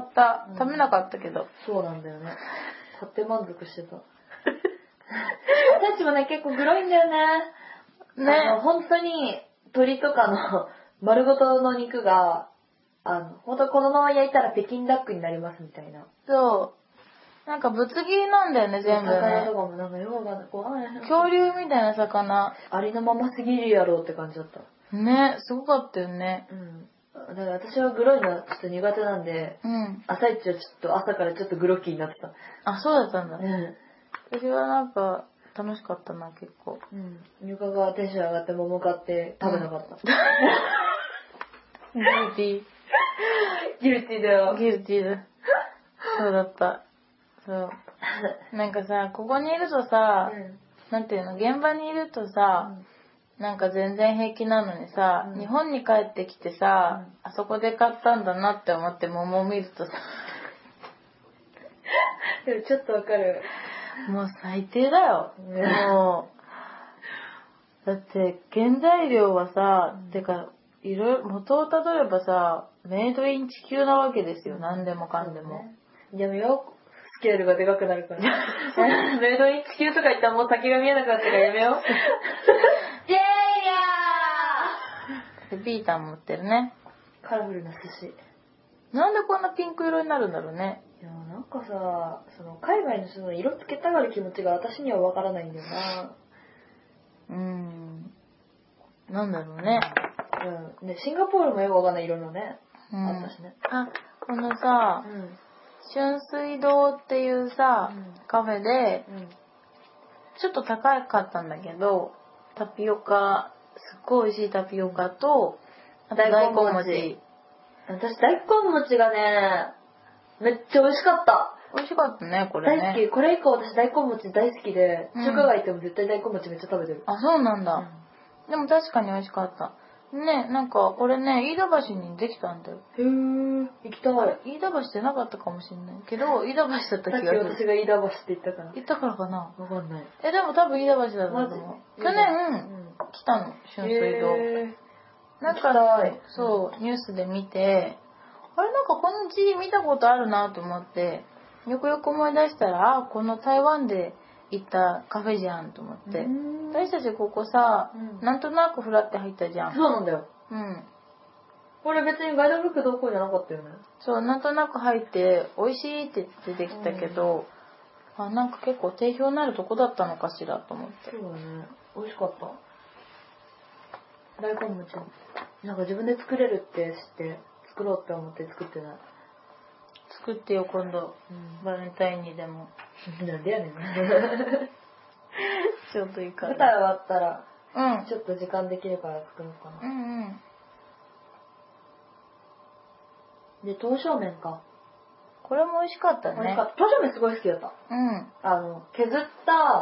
食べなかったけど。 そうなんだよね。買って満足してた。朝市もね、結構グロいんだよね。ね。本当に鶏とかの丸ごとの肉が、本当このまま焼いたら北京ダックになりますみたいな。 そう。なんかぶつ切りなんだよね、全部ね。 魚とかもなんかようが恐竜みたいな魚。 ありのまますぎるやろって感じだった。 ね、すごかったよね。 だから私はグロいのはちょっと苦手なんで、朝一はちょっと朝からちょっとグロッキーになってた。 あ、そうだったんだ。私はなんか楽しかったな、結構。 ゆかがテンション上がって桃買って食べなかった。 ギルティー。 ギルティーだよ。 ギルティーだ。そうだった。そう。なんかさ、ここにいるとさ、なんていうの、現場にいるとさ、なんか全然平気なのにさ、日本に帰ってきてさ、あそこで買ったんだなって思って桃を見るとさ、 でもちょっとわかる。 もう最低だよ。もう、だって原材料はさ、てか、いろいろ元をたどればさ、メイドイン地球なわけですよ、何でもかんでも。 やめよう。スケールがでかくなるから。メイドイン地球とか言ったらもう先が見えなくなったからやめよう。イエーイピーター持ってるね。 カラフルな寿司。 なんでこんなピンク色になるんだろうね。 いやなんかさ、海外の人の色つけたがる気持ちが私にはわからないんだよな。 なんだろうね。 ね、シンガポールもよくわかんない色のね。あったしね。 このさ、春水堂っていうさ、カフェで、ちょっと高かったんだけど、タピオカ、すっごい美味しいタピオカと、あと大根餅。 私大根餅がね、めっちゃ美味しかった。 美味しかったね、これね。 大好き。これ以降私大根餅大好きで、中華街行っても絶対大根餅めっちゃ食べてる。 あ、そうなんだ。でも確かに美味しかった。ね、なんか、これね、飯田橋にできたんだよ。 へー、行きたい。 飯田橋ってなかったかもしれないけど、飯田橋だった気がする。 さっき私が飯田橋って言ったから。 言ったからかな。 わかんない。 でも多分飯田橋だったと思う。去年、来たの、春水堂。なんか、そう、ニュースで見て、あれなんかこの字見たことあるなと思って、よくよく思い出したら、この台湾で行ったカフェじゃんと思って。私たちここさ、なんとなくフラって入ったじゃん。 そうなんだよ。これ別にガイドブックどうこうじゃなかったよね。 そう、なんとなく入って、美味しいって出てきたけど、なんか結構定評になるとこだったのかしらと思って。 そうだね。美味しかった。大根餅。なんか自分で作れるって知って、作ろうって思って作ってない。 作ってよ、今度。バレンタインにでも。 なんでやねん。 ちょっといいかな。 舞台終わったら、ちょっと時間できるから作ろうかな。で、刀削麺か。 これも美味しかったね。 美味しかった。刀削麺すごい好きだった。削った、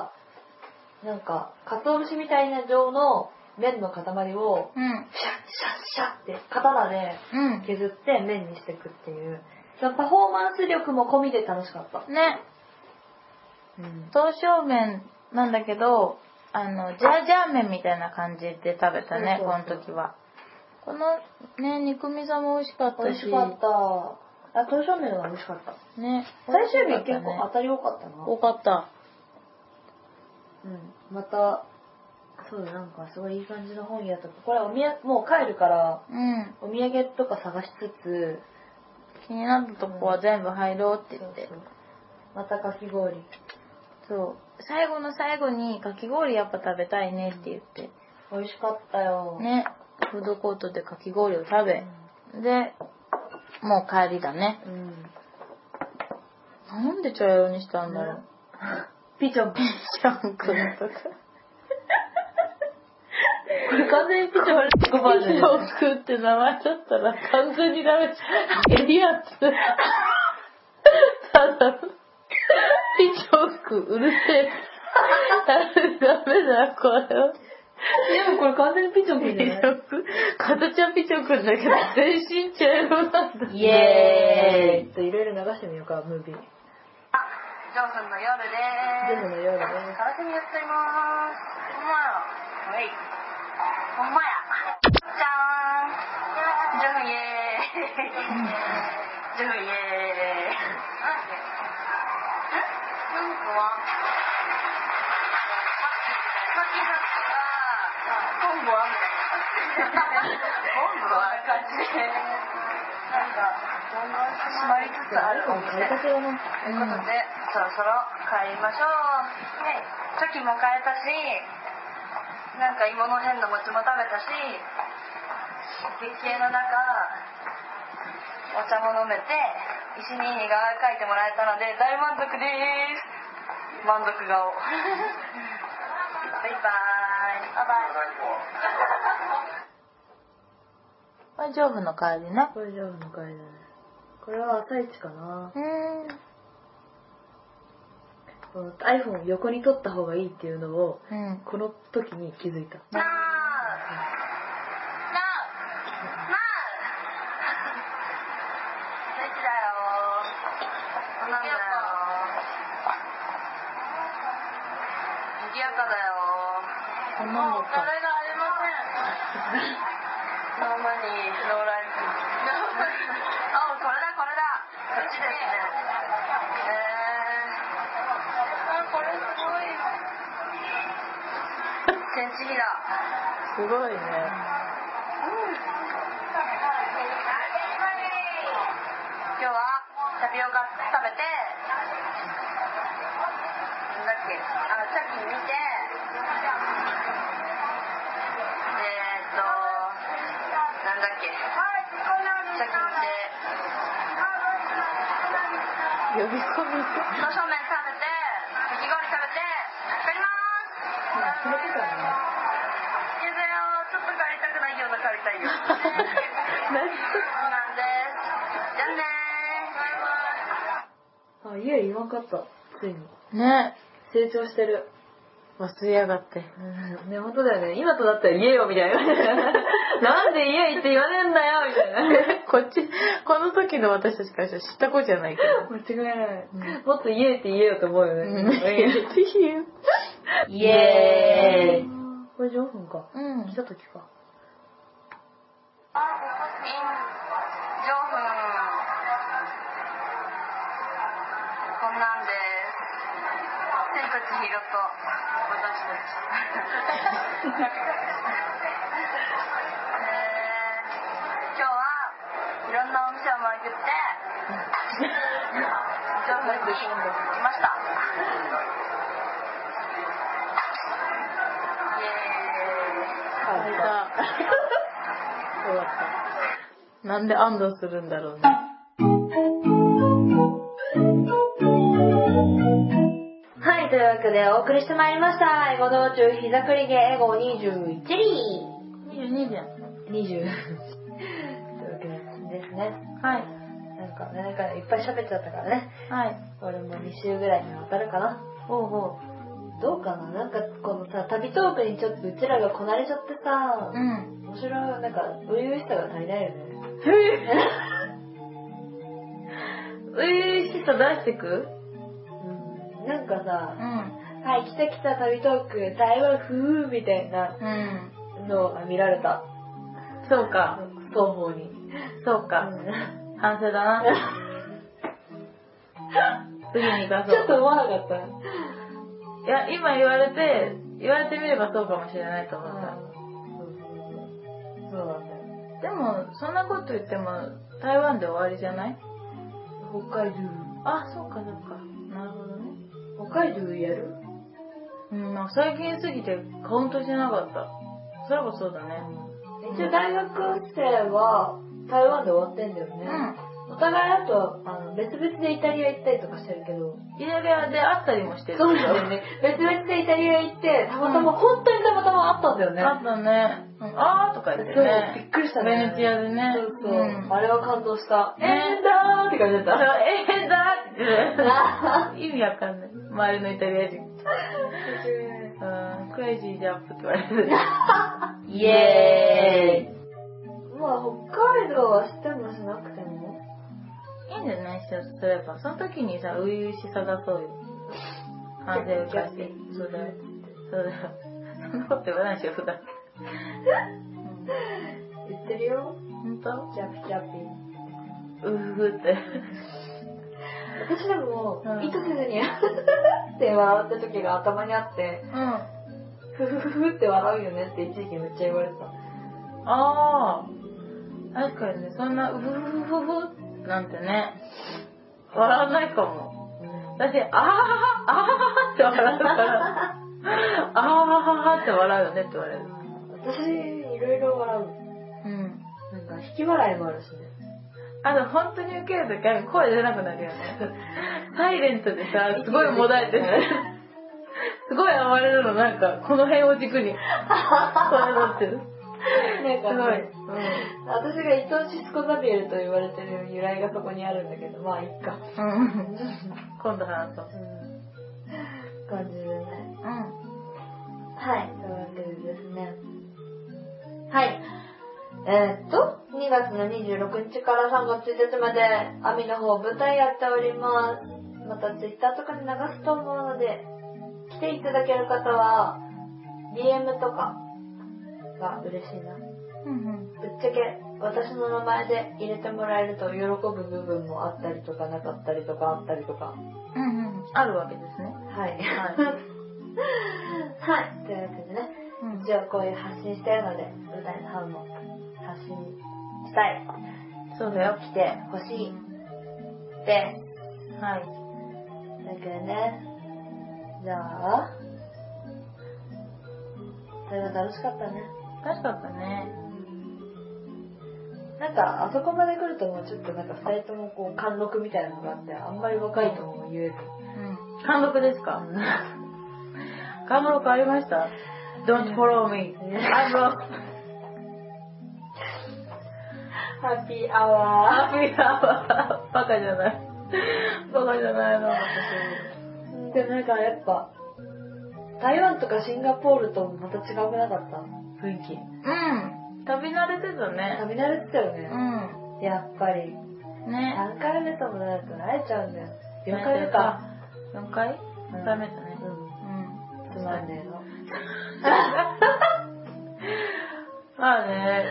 なんか、鰹節みたいな状の麺の塊を、シャッシャッシャッって刀で削って麺にしていくっていう。そのパフォーマンス力も込みで楽しかった。ね。刀削麺なんだけど、ジャージャー麺みたいな感じで食べたね、この時は。このね、肉味噌も美味しかったし。美味しかった。刀削麺が美味しかった。ね。最終日結構当たり多かったな。多かった。また、そうだ、なんかすごいいい感じの本屋とか、これもう帰るから、お土産とか探しつつ、気になったとこは全部入ろうって言って。またかき氷。そう。最後の最後にかき氷やっぱ食べたいねって言って。美味しかったよ。ね。フードコートでかき氷を食べ。で、 もう帰りだね。なんで茶色にしたんだろう。 ピチョンくんとか。これ完全にピチョンくんピチョンくんって名前だったら完全にダメじゃん。エリアツ。ただ、ピチョンくんうるせえ。ダメだ、これ。 でもこれ完全にピチョンくんじゃない？ 形はピチョンくんだけど、全身茶色なんだ。 イエーイ！いろいろ流してみようか、ムービー。 ジョーフンの夜でーす。 ジョーフンの夜でーす。 カラスミやっていまーす。ほんまや。はい。ほんまや。じゃーん。ジョーフンイエーイ。ジョーフンイエーイ。なんかはさっきだったら、今度は今度は感じで、なんか、どんどん閉まりつつあるお店。ということで、そろそろ帰りましょう。チョキも買えたし、なんか芋の変な餅も食べたし、絶景の中、お茶も飲めて、石に似顔絵描いてもらえたので大満足です。満足顔。バイバーイ。バイバイ。これジョーフの帰りね。 これジョーフの帰りだね。これは朝一かな。iPhone を横に撮った方がいいっていうのを、この時に気づいた。 こんなんだった。 それがありません。ノーマニー、ノーライフ。あ、これだ。こっちですね。これすごい。天地日だ。 すごいね。 今日はタピオカ食べて、なんだっけ、さっき見て、なんだっけ、さっき見て、 呼び込み。 そうめん食べて、かき氷食べて、帰りまーす。ちょっと帰りたくないような帰りたいよ。そうなんです。じゃあねー。あ、家言わんかった。ついに。 ね。 成長してる。 忘れやがって。 ね、本当だよね。今となったら言えよみたいな。なんで言えって言わねえんだよみたいな。 この時の私たちからしたら知ったことじゃないけど。 間違いない。もっと言えって言えよと思うよね。 イエーイ。 これ15分か。来た時か。こんなんです。千と千尋と私たち。今日はいろんなお店を巡って上手に来ました。イエーイ。 終わった。なんで安堵するんだろうね。 はい、というわけでお送りしてまいりました。英語道中膝くり芸英語21里。 22じゃん。 20。というわけですね。 はい。 なんかいっぱい喋っちゃったからね。はい。これも2週ぐらいにわたるかな。 ほうほう。どうかな、なんかこのさ、旅トークにちょっとうちらがこなれちゃってさ、面白い、なんか初々しさが足りないよね。 初々しさ出してく？ なんかさ、はい、来た旅トーク、台湾風みたいなのが見られた。 そうか。 双方に。 そうか。反省だな。次に行かそう。 ちょっと思わなかった。 いや、今言われてみればそうかもしれないと思った。 そうなんだよ。 でも、そんなこと言っても、台湾で終わりじゃない？ 北海道。 あ、そうかそうか。なるほどね。 北海道やる？ まあ最近すぎてカウントしてなかった。そういえばそうだね。 一応大学生は台湾で終わってんだよね。 お互いあと別々でイタリア行ったりとかしてるけど、 イタリアで会ったりもしてる。 そうなんだよね。別々でイタリア行ってたまたま、本当にたまたま会ったんだよね。 あったね。あーとか言ってね。 そう、びっくりしたね。 ベネチアでね。 そう、あれは感動した。だーって感じだった。 だーって意味わかんない。周りのイタリア人。クレイジージャンプって言われてる。イエーイ。 まあ北海道はしてもしなくてもいいんじゃない？すればその時にさ、初々しさ出そうよ。反省を返して。そうだよ。そうだよ。そんなこと言わないでしょ、普段。 言ってるよ。 ほんと？ ジャピジャピ。 うふって。 私でも、意図せずにって笑った時が頭にあって、ふふふふって笑うよねって一時期めっちゃ言われてた。 ああ、確かにね、そんなうふふふふなんてね、笑わないかも。私、あはははって笑うから、あはははって笑うよねって言われる。 私、いろいろ笑う。なんか引き笑いもあるしね。 あと本当にウケるときは声出なくなるよね。サイレントでさ、すごいもだえてる。すごい暴れるの、なんかこの辺を軸に声乗ってる。 なんかすごい、 私がイトシスコザビエルと言われてる由来がそこにあるんだけど、まあいっか。 今度話そう。 感じでね。はい、というわけでですね。はい。2月の26日から3月1日まで、アミの方舞台やっております。また Twitter とかで流すと思うので、来ていただける方は、DM とかが嬉しいな。ぶっちゃけ、私の名前で入れてもらえると喜ぶ部分もあったりとかなかったりとかあったりとか。 あるわけですね。 はい。はい。というわけでね、一応こういう発信してるので、舞台の方も発信したい。 そうだよ。 来てほしい。で、 はい。 だけどね、じゃあ、それは楽しかったね。 楽しかったね。 なんか、あそこまで来るともうちょっとなんか二人ともこう、貫禄みたいなのがあって、あんまり若いとも言える。 貫禄ですか？貫禄ありました？ Don't follow me. I'm lost. ハッピーアワー。 バカじゃない。バカじゃないの、私。 でもなんかやっぱ、台湾とかシンガポールとまた違くなかった？雰囲気。 旅慣れてたね。 旅慣れてたよね。やっぱり。 ね。 3回目ともなると慣れちゃうんだよ。4回目か。 4回 ?4 回目だね。 つまんねえの。 まあね、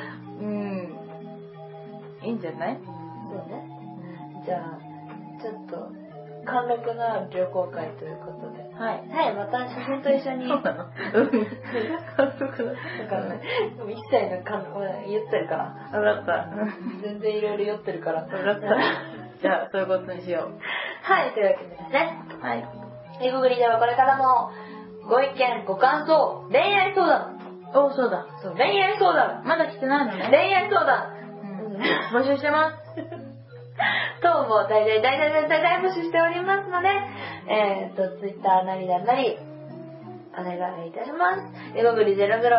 いいんじゃない？ そうね。じゃあ、ちょっと、貫禄のある旅行会ということで。はい、また写真と一緒に。 そうなの？貫禄わかんない。でも一切の貫禄、言ってるから。 わかった。 全然いろいろ酔ってるから。わかった。 じゃあ、そういうことにしよう。 はい、というわけでですね。 はい。 英語グリではこれからも、ご意見、ご感想、恋愛相談。 そうだ。 恋愛相談。 まだ来てないのね。 恋愛相談。 募集してます。 等も大々募集しておりますので、Twitter なりなんなり、お願いいたします。英語グリ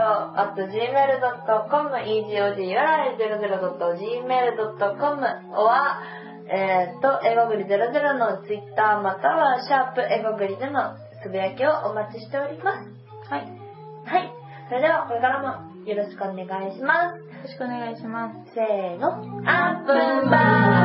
00@gmail.com、egoguri00.gmail.com は、英語グリ00の Twitter またはシャープ英語グリでのつぶやきをお待ちしております。はい。それではこれからもよろしくお願いします。 よろしくお願いします。 せーの。あっぷんばー。